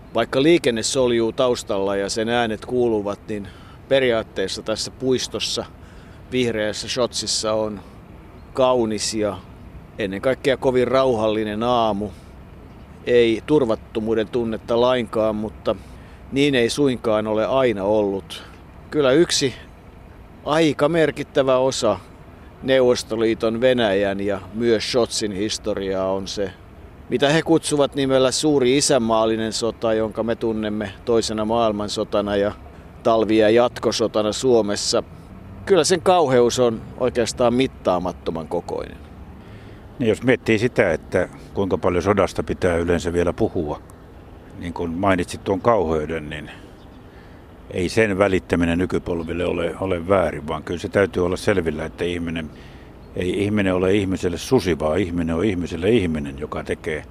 vaikka liikenne soljuu taustalla ja sen äänet kuuluvat, niin periaatteessa tässä puistossa, vihreässä Shotsissa on kaunis ja ennen kaikkea kovin rauhallinen aamu. Ei turvattomuuden tunnetta lainkaan, mutta niin ei suinkaan ole aina ollut. Kyllä yksi aika merkittävä osa Neuvostoliiton, Venäjän ja myös Shotsin historiaa on se, mitä he kutsuvat nimellä suuri isänmaallinen sota, jonka me tunnemme toisena maailmansotana ja talvi- ja jatkosotana Suomessa. Kyllä sen kauheus on oikeastaan mittaamattoman kokoinen. Niin jos miettii sitä, että kuinka paljon sodasta pitää yleensä vielä puhua, niin kuin mainitsit tuon kauheuden, niin ei sen välittäminen nykypolville ole väärin, vaan kyllä se täytyy olla selvillä, että ei ihminen ole ihmiselle susi, vaan ihminen on ihmiselle ihminen, joka tekee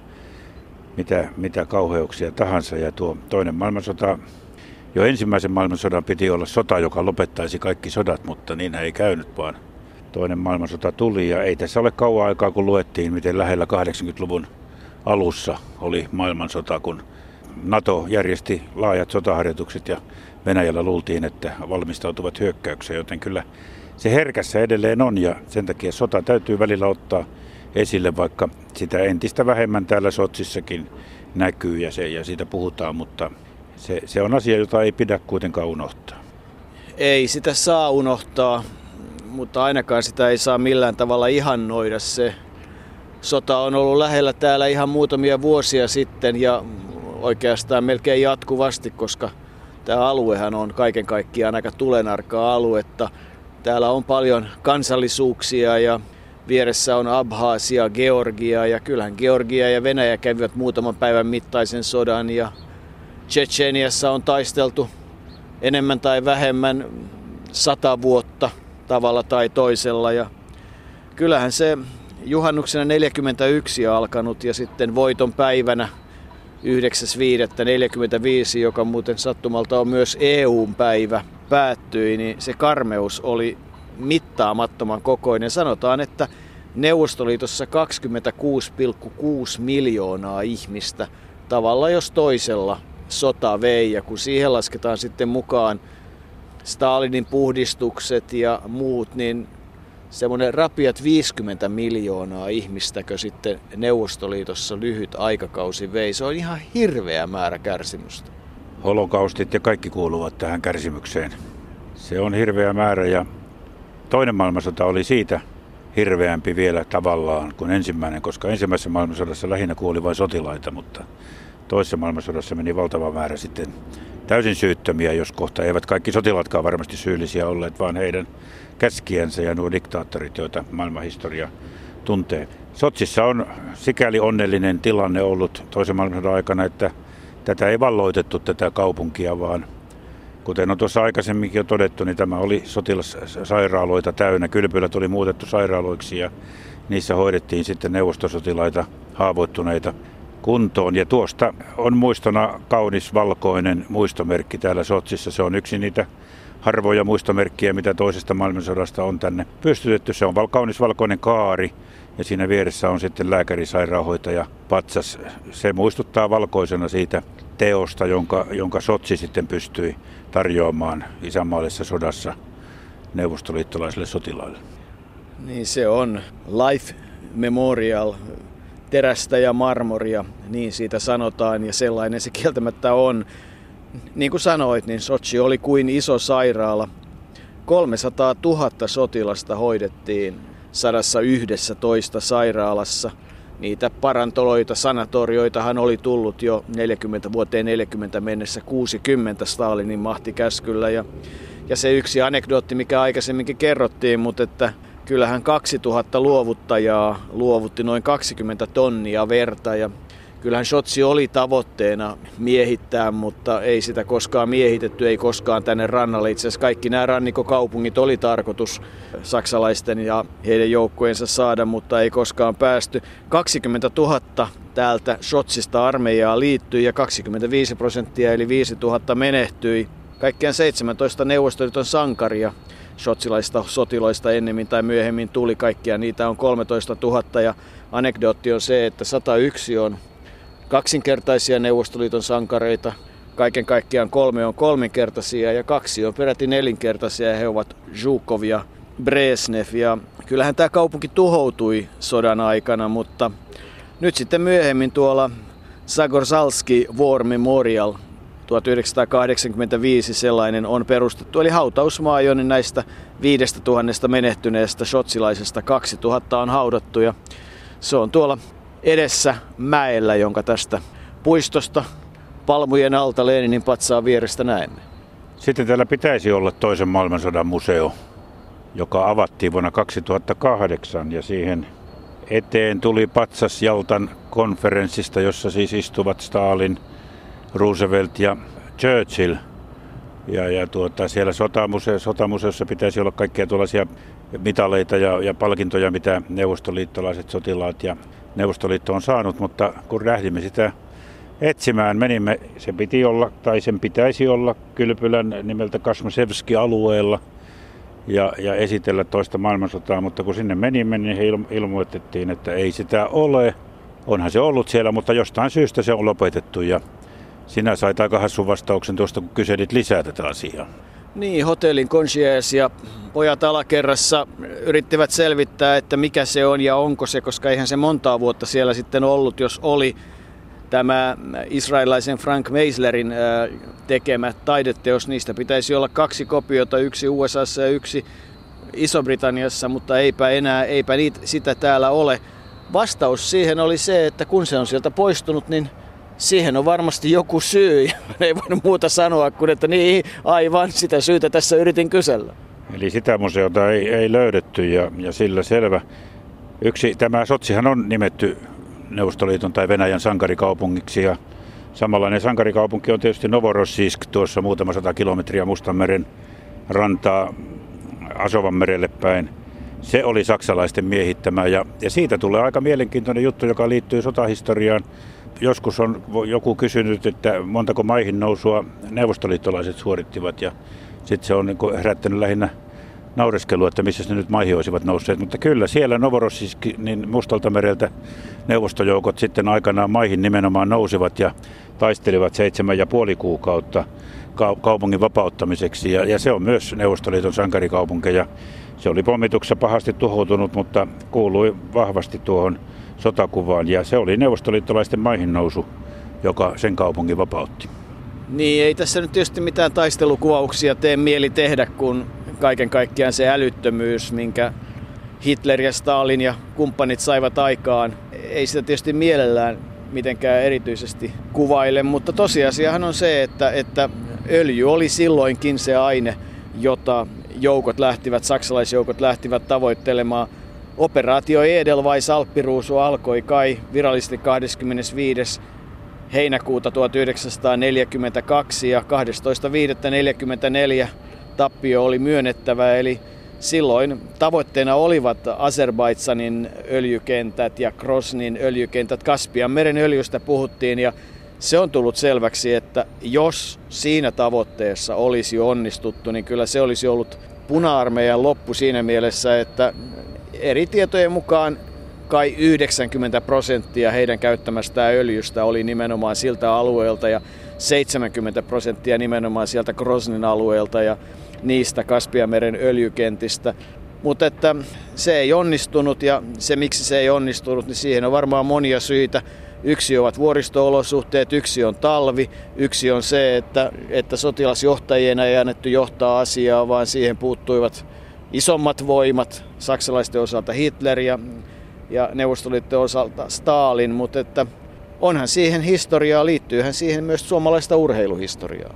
mitä kauheuksia tahansa. Ja tuo toinen maailmansota, jo ensimmäisen maailmansodan piti olla sota, joka lopettaisi kaikki sodat, mutta niin ei käynyt, vaan toinen maailmansota tuli. Ja ei tässä ole kauan aikaa, kun luettiin, miten lähellä 80-luvun alussa oli maailmansota, kun NATO järjesti laajat sotaharjoitukset ja Venäjällä luultiin, että valmistautuvat hyökkäykseen, joten kyllä se herkässä edelleen on ja sen takia sota täytyy välillä ottaa esille, vaikka sitä entistä vähemmän täällä Sotsissakin näkyy ja siitä puhutaan, mutta se on asia, jota ei pidä kuitenkaan unohtaa. Ei sitä saa unohtaa, mutta ainakaan sitä ei saa millään tavalla ihannoida. Se sota on ollut lähellä täällä ihan muutamia vuosia sitten ja oikeastaan melkein jatkuvasti, koska tämä aluehan on kaiken kaikkiaan aika tulenarkaa aluetta. Täällä on paljon kansallisuuksia ja vieressä on Abhaasia, Georgia ja kyllähän Georgia ja Venäjä kävivät muutaman päivän mittaisen sodan ja Tšetšeniassa on taisteltu enemmän tai vähemmän 100 vuotta tavalla tai toisella ja kyllähän se juhannuksena 1941 alkanut ja sitten voiton päivänä 9.5.1945, joka muuten sattumalta on myös EU-päivä, päättyi, niin se karmeus oli mittaamattoman kokoinen. Sanotaan, että Neuvostoliitossa 26,6 miljoonaa ihmistä tavalla jos toisella sota vei. Ja kun siihen lasketaan sitten mukaan Stalinin puhdistukset ja muut, niin semmoinen rapiat 50 miljoonaa ihmistäkö sitten Neuvostoliitossa lyhyt aikakausi vei. Se on ihan hirveä määrä kärsimystä. Holokaustit ja kaikki kuuluvat tähän kärsimykseen. Se on hirveä määrä ja toinen maailmansota oli siitä hirveämpi vielä tavallaan kuin ensimmäinen, koska ensimmäisessä maailmansodassa lähinnä kuoli vain sotilaita, mutta toisessa maailmansodassa meni valtava määrä sitten täysin syyttömiä, jos kohta eivät kaikki sotilaatkaan varmasti syyllisiä olleet, vaan heidän käskijänsä ja nuo diktaattorit, joita maailmanhistoria tuntee. Sotsissa on sikäli onnellinen tilanne ollut toisen maailmansodan aikana, että tätä ei valloitettu tätä kaupunkia, vaan kuten on tuossa aikaisemminkin jo todettu, niin tämä oli sotilassairaaloita täynnä. Kylpylät oli muutettu sairaaloiksi ja niissä hoidettiin sitten neuvostosotilaita, haavoittuneita kuntoon. Ja tuosta on muistona kaunis valkoinen muistomerkki täällä Sotsissa. Se on yksi niitä harvoja muistomerkkiä, mitä toisesta maailmansodasta on tänne pystytetty. Se on kaunis valkoinen kaari ja siinä vieressä on sitten lääkäri, sairaanhoitaja, patsas. Se muistuttaa valkoisena siitä teosta, jonka Sotsi sitten pystyi tarjoamaan isänmaallisessa sodassa neuvostoliittolaisille sotilaille. Niin se on Life Memorial, terästä ja marmoria, niin siitä sanotaan ja sellainen se kieltämättä on. Niin kuin sanoit, niin Sotsi oli kuin iso sairaala. 300 000 sotilasta hoidettiin 111 sairaalassa. Niitä parantoloita, sanatorioitahan oli tullut jo vuoteen 40 mennessä 60 Stalinin mahtikäskyllä. Ja se yksi anekdootti, mikä aikaisemminkin kerrottiin, mutta että kyllähän 2000 luovuttajaa luovutti noin 20 tonnia verta. Ja kyllähän Shotsi oli tavoitteena miehittää, mutta ei sitä koskaan miehitetty, ei koskaan tänne rannalle. Itse asiassa kaikki nämä rannikkokaupungit oli tarkoitus saksalaisten ja heidän joukkueensa saada, mutta ei koskaan päästy. 20 000 täältä Shotsista armeijaa liittyi ja 25% eli 5 000 menehtyi. Kaikkiaan 17 Neuvostoliiton sankaria shotsilaista sotilaista ennemmin tai myöhemmin tuli kaikkia. Niitä on 13 000 ja anekdootti on se, että 101 on kaksinkertaisia Neuvostoliiton sankareita. Kaiken kaikkiaan 3 on kolminkertaisia ja 2 on peräti nelinkertaisia, ja he ovat Zhukov ja Brezhnev. Ja kyllähän tämä kaupunki tuhoutui sodan aikana, mutta nyt sitten myöhemmin tuolla Zagorsalski War Memorial 1985 sellainen on perustettu, eli hautausmaa, jonne näistä 5000 menehtyneestä shotsilaisesta 2000 on haudattu, ja se on tuolla edessä mäellä, jonka tästä puistosta palmujen alta Leninin patsaan vierestä näemme. Sitten täällä pitäisi olla toisen maailmansodan museo, joka avattiin vuonna 2008, ja siihen eteen tuli patsas Jaltan konferenssista, jossa siis istuvat Stalin, Roosevelt ja Churchill. Siellä sotamuseossa pitäisi olla kaikkia tuollaisia mitaleita ja palkintoja, mitä neuvostoliittolaiset sotilaat ja Neuvostoliitto on saanut, mutta kun lähdimme sitä etsimään, menimme, sen pitäisi olla kylpylän nimeltä Kasmasevski-alueella ja esitellä toista maailmansotaa, mutta kun sinne menimme, niin he ilmoitettiin, että ei sitä ole. Onhan se ollut siellä, mutta jostain syystä se on lopetettu, ja sinä sait aika hassun vastauksen tuosta, kun kyselit lisää tätä asiaa. Niin, hotellin concierge ja pojat alakerrassa yrittivät selvittää, että mikä se on ja onko se, koska eihän se montaa vuotta siellä sitten ollut, jos oli tämä israelilaisen Frank Meislerin tekemä taideteos. Niistä pitäisi olla 2 kopiota, yksi USAssa ja yksi Iso-Britanniassa, mutta eipä sitä täällä ole. Vastaus siihen oli se, että kun se on sieltä poistunut, niin siihen on varmasti joku syy. Ei voinut muuta sanoa kuin, että niin, aivan sitä syytä tässä yritin kysellä. Eli sitä museota ei löydetty, ja sillä selvä. Tämä Sotsihan on nimetty Neuvostoliiton tai Venäjän sankarikaupungiksi, ja samanlainen sankarikaupunki on tietysti Novorossijsk tuossa muutama 100 kilometriä Mustanmeren rantaa Asovanmerelle päin. Se oli saksalaisten miehittämä, ja siitä tulee aika mielenkiintoinen juttu, joka liittyy sotahistoriaan. Joskus on joku kysynyt, että montako maihin nousua neuvostoliittolaiset suorittivat, ja sitten se on herättänyt lähinnä naureskelua, että missä ne nyt maihin olisivat nousseet. Mutta kyllä siellä Novorossijsk, niin Mustalta mereltä neuvostojoukot sitten aikanaan maihin nimenomaan nousivat ja taistelivat 7,5 kuukautta kaupungin vapauttamiseksi. Ja se on myös Neuvostoliiton sankarikaupunkeja. Se oli pommituksessa pahasti tuhoutunut, mutta kuului vahvasti tuohon sotakuvaan. Ja se oli neuvostoliittolaisten maihin nousu, joka sen kaupungin vapautti. Niin, ei tässä nyt tietysti mitään taistelukuvauksia tee mieli tehdä, kun kaiken kaikkiaan se älyttömyys, minkä Hitler ja Stalin ja kumppanit saivat aikaan, ei sitä tietysti mielellään mitenkään erityisesti kuvaile, mutta tosiasiahan on se, että öljy oli silloinkin se aine, jota saksalaisjoukot lähtivät tavoittelemaan. Operaatio Edelweiss Alppiruusu alkoi kai virallisesti 25. heinäkuuta 1942 ja 12.5.1944 tappio oli myönnettävä, eli silloin tavoitteena olivat Azerbaidžanin öljykentät ja Groznin öljykentät. Kaspianmeren öljystä puhuttiin, ja se on tullut selväksi, että jos siinä tavoitteessa olisi onnistuttu, niin kyllä se olisi ollut Puna-armeijan loppu siinä mielessä, että eri tietojen mukaan kai 90% heidän käyttämästään öljystä oli nimenomaan siltä alueelta ja 70% nimenomaan sieltä Groznin alueelta ja niistä Kaspianmeren öljykentistä. Mutta että se ei onnistunut, ja se miksi se ei onnistunut, niin siihen on varmaan monia syitä. Yksi ovat vuoristo-olosuhteet, yksi on talvi, yksi on se, että sotilasjohtajien ei annettu johtaa asiaa, vaan siihen puuttuivat isommat voimat, saksalaisten osalta Hitler ja Neuvostoliiton osalta Stalin, mutta että onhan siihen historiaa, liittyyhän siihen myös suomalaista urheiluhistoriaa.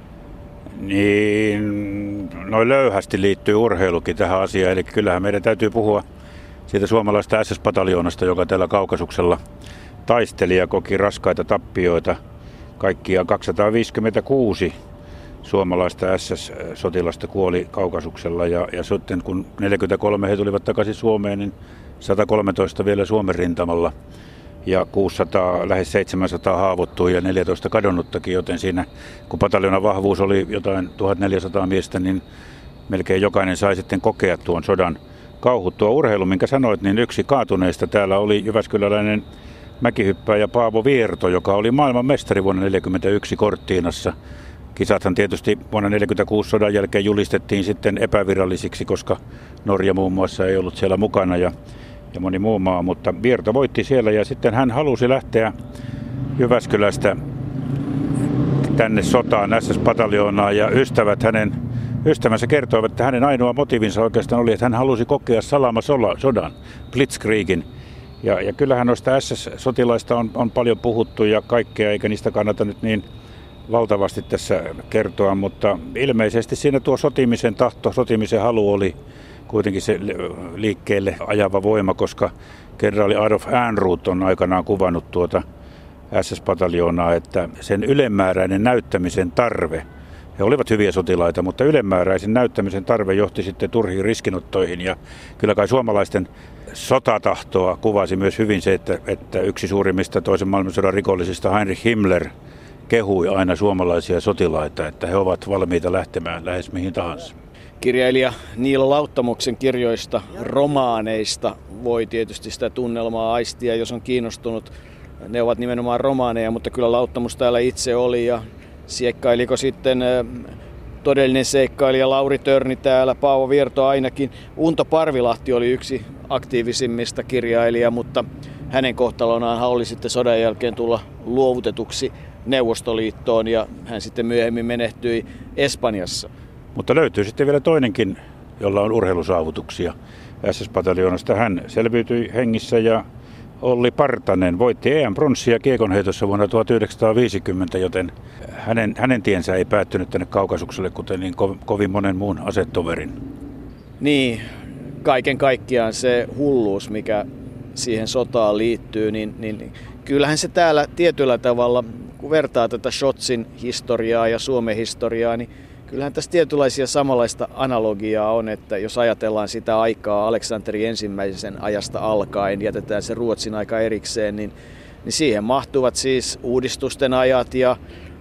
Niin, noin löyhästi liittyy urheilukin tähän asiaan, eli kyllähän meidän täytyy puhua siitä suomalaista SS-pataljoonasta, joka täällä Kaukasuksella taisteli ja koki raskaita tappioita. Kaikkiaan 256 suomalaista SS-sotilasta kuoli Kaukasuksella, ja sitten kun 43 he tulivat takaisin Suomeen, niin 113 vielä Suomen rintamalla ja 600, lähes 700 haavoittui ja 14 kadonnuttakin, joten siinä kun pataljoonan vahvuus oli jotain 1400 miestä, niin melkein jokainen sai sitten kokea tuon sodan kauhut. Tuo urheilu, minkä sanoit, niin yksi kaatuneista täällä oli jyväskyläläinen mäkihyppääjä Paavo Vierto, joka oli maailman mestari vuonna 1941 Cortinassa. Kisathan tietysti vuonna 1946 sodan jälkeen julistettiin sitten epävirallisiksi, koska Norja muun muassa ei ollut siellä mukana ja moni muu maa, mutta Vierto voitti siellä ja sitten hän halusi lähteä Jyväskylästä tänne sotaan SS-pataljoonaan ja ystävänsä kertoivat, että hänen ainoa motiivinsa oikeastaan oli, että hän halusi kokea salamasodan, Blitzkriegin. Ja kyllähän noista SS-sotilaista on paljon puhuttu ja kaikkea, eikä niistä kannata nyt niin valtavasti tässä kertoa, mutta ilmeisesti siinä tuo sotimisen tahto, sotimisen halu oli kuitenkin se liikkeelle ajava voima, koska kenraali Adolf Ehrnrooth on aikanaan kuvannut tuota SS-pataljoonaa, että sen ylenmääräinen näyttämisen tarve, he olivat hyviä sotilaita, mutta ylenmääräisen näyttämisen tarve johti sitten turhiin riskinottoihin ja kyllä kai suomalaisten sotatahtoa kuvasi myös hyvin se, että yksi suurimmista toisen maailmansodan rikollisista Heinrich Himmler kehui aina suomalaisia sotilaita, että he ovat valmiita lähtemään lähes mihin tahansa. Kirjailija Niilo Lauttamuksen kirjoista, romaaneista voi tietysti sitä tunnelmaa aistia, jos on kiinnostunut. Ne ovat nimenomaan romaaneja, mutta kyllä Lauttamus täällä itse oli ja seikkailiko sitten todellinen seikkailija Lauri Törni täällä, Paavo Vierto ainakin. Unto Parvilahti oli yksi aktiivisimmista kirjailija, mutta hänen kohtalonaan oli sitten sodan jälkeen tulla luovutetuksi Neuvostoliittoon ja hän sitten myöhemmin menehtyi Espanjassa. Mutta löytyy sitten vielä toinenkin, jolla on urheilusaavutuksia SS-pataljoonasta. Hän selviytyi hengissä ja Olli Partanen voitti EM-pronssia kiekonheitossa vuonna 1950, joten hänen tiensä ei päättynyt tänne Kaukasukselle, kuten niin kovin monen muun asetoverin. Niin, kaiken kaikkiaan se hulluus, mikä siihen sotaan liittyy, niin kyllähän se täällä tietyllä tavalla, kun vertaa tätä Shotsin historiaa ja Suomen historiaa, niin kyllähän tässä tietynlaisia samanlaista analogiaa on, että jos ajatellaan sitä aikaa Aleksanteri ensimmäisen ajasta alkaen, jätetään se Ruotsin aika erikseen, niin siihen mahtuvat siis uudistusten ajat ja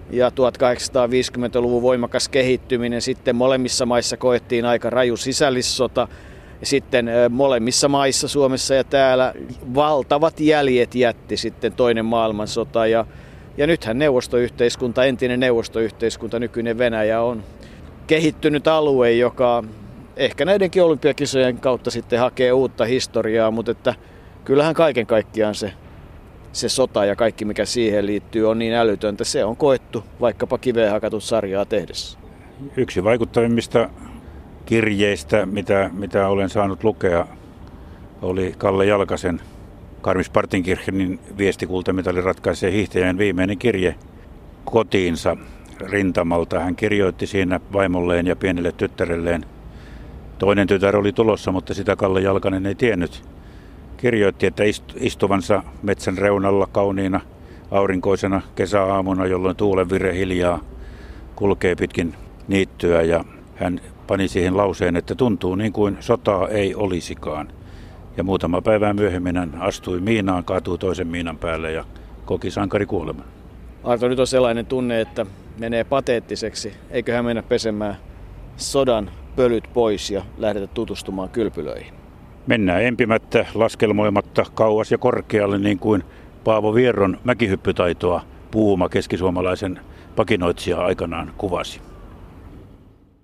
1850-luvun voimakas kehittyminen. Sitten molemmissa maissa koettiin aika raju sisällissota. Ja sitten molemmissa maissa, Suomessa ja täällä, valtavat jäljet jätti sitten toinen maailmansota. Ja nythän neuvostoyhteiskunta, entinen neuvostoyhteiskunta, nykyinen Venäjä on kehittynyt alue, joka ehkä näidenkin olympiakisojen kautta sitten hakee uutta historiaa, mutta että kyllähän kaiken kaikkiaan se sota ja kaikki mikä siihen liittyy on niin älytöntä. Se on koettu vaikkapa kiveen hakatut sarjaa tehdessä. Yksi vaikuttavimmista kirjeistä, mitä olen saanut lukea, oli Kalle Jalkasen Garmisch-Partenkirchenin viestikultamitalin ratkaisee hiihtäjän viimeinen kirje kotiinsa rintamalta. Hän kirjoitti siinä vaimolleen ja pienelle tyttärelleen. Toinen tytär oli tulossa, mutta sitä Kalle Jalkanen ei tiennyt. Kirjoitti, että istuvansa metsän reunalla kauniina aurinkoisena kesäaamuna, jolloin tuulenvire hiljaa kulkee pitkin niittyä ja hän pani siihen lauseen, että tuntuu niin kuin sotaa ei olisikaan. Ja muutama päivää myöhemmin hän astui miinaan, kaatui toisen miinan päälle ja koki sankarikuoleman. Arto, nyt on sellainen tunne, että menee pateettiseksi. Eiköhän mennä pesemään sodan pölyt pois ja lähdetä tutustumaan kylpylöihin. Mennään empimättä, laskelmoimatta kauas ja korkealle niin kuin Paavo Vierron mäkihyppytaitoa puhuma keskisuomalaisen pakinoitsija aikanaan kuvasi.